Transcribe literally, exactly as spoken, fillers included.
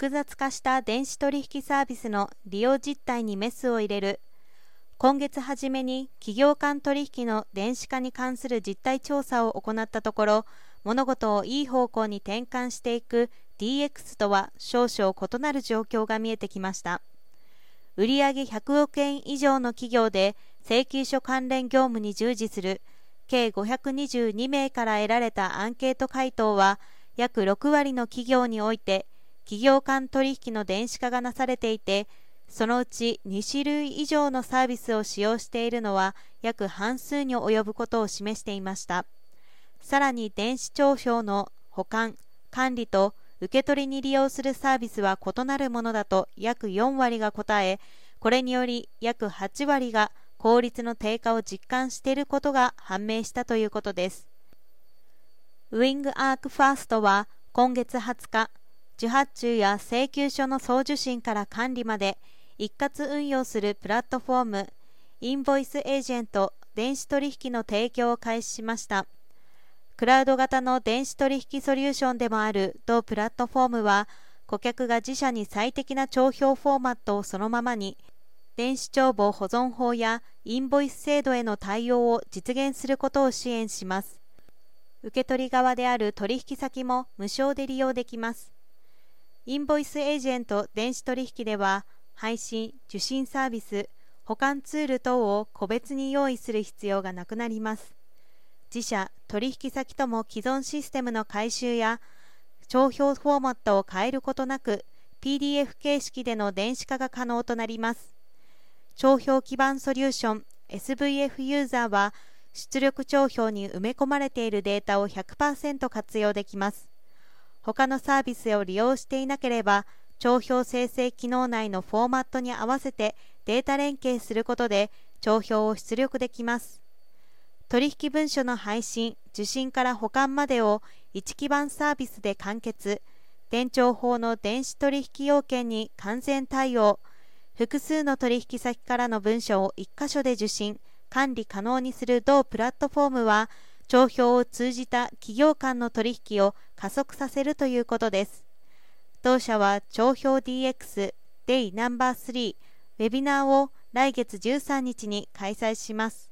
複雑化した電子取引サービスの利用実態にメスを入れる。今月初めに企業間取引の電子化に関する実態調査を行ったところ、物事をいい方向に転換していく ディーエックス とは少々異なる状況が見えてきました。売上ひゃくおくえん以上の企業で請求書関連業務に従事する計ごひゃくにじゅうにめいから得られたアンケート回答は、約ろくわりの企業において企業間取引の電子化がなされていて、そのうちにしゅるい以上のサービスを使用しているのは約半数に及ぶことを示していました。さらに電子帳票の保管・管理と受け取りに利用するサービスは異なるものだと約よんわりが答え、これにより約はちわりが効率の低下を実感していることが判明したということです。ウィングアークファーストは今月はつか、受発注や請求書の送受信から管理まで一括運用するプラットフォーム、インボイスエージェント電子取引の提供を開始しました。クラウド型の電子取引ソリューションでもある同プラットフォームは、顧客が自社に最適な帳票フォーマットをそのままに、電子帳簿保存法やインボイス制度への対応を実現することを支援します。受け取り側である取引先も無償で利用できます。インボイスエージェント電子取引では、配信・受信サービス、保管ツール等を個別に用意する必要がなくなります。自社・取引先とも既存システムの改修や帳票フォーマットを変えることなく ピーディーエフ 形式での電子化が可能となります。帳票基盤ソリューション エスブイエフ ユーザーは出力帳票に埋め込まれているデータを ひゃくパーセント 活用できます。他のサービスを利用していなければ帳票生成機能内のフォーマットに合わせてデータ連携することで帳票を出力できます。取引文書の配信・受信から保管までを一基盤サービスで完結、伝帳法の電子取引要件に完全対応、複数の取引先からの文書を一箇所で受信・管理可能にする同プラットフォームは、帳票を通じた企業間の取引を加速させるということです。同社は帳票 ディーエックス デイ ナンバースリー ウェビナーを来月じゅうさんにちに開催します。